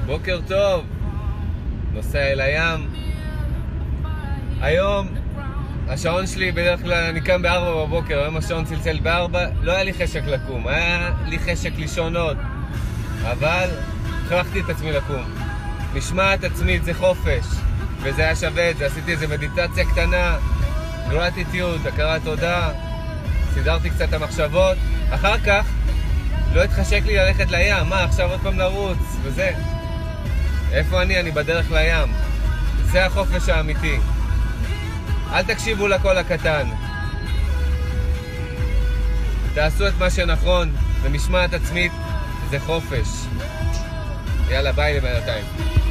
בוקר טוב, נוסע אל הים. היום השעון שלי, בדרך כלל אני קם ב-4 בבוקר, היום השעון צלצל ב-4, לא היה לי חשק לקום, היה לי חשק לישון עוד, אבל הכרחתי את עצמי לקום. משמעת עצמית זה חופש, וזה היה שווה את זה. עשיתי איזו מדיטציה קטנה, גרטיטיוד, הכרת תודה, סידרתי קצת המחשבות. אחר כך לא התחשק לי ללכת לים, מה עכשיו עוד פעם לרוץ וזה. איפה אני בדרך לים. זה החופש האמיתי. אל תקשיבו לקול הקטן, תעשו את מה שנכון. ומשמעת עצמית זה חופש. יאללה, ביי לבינתיים.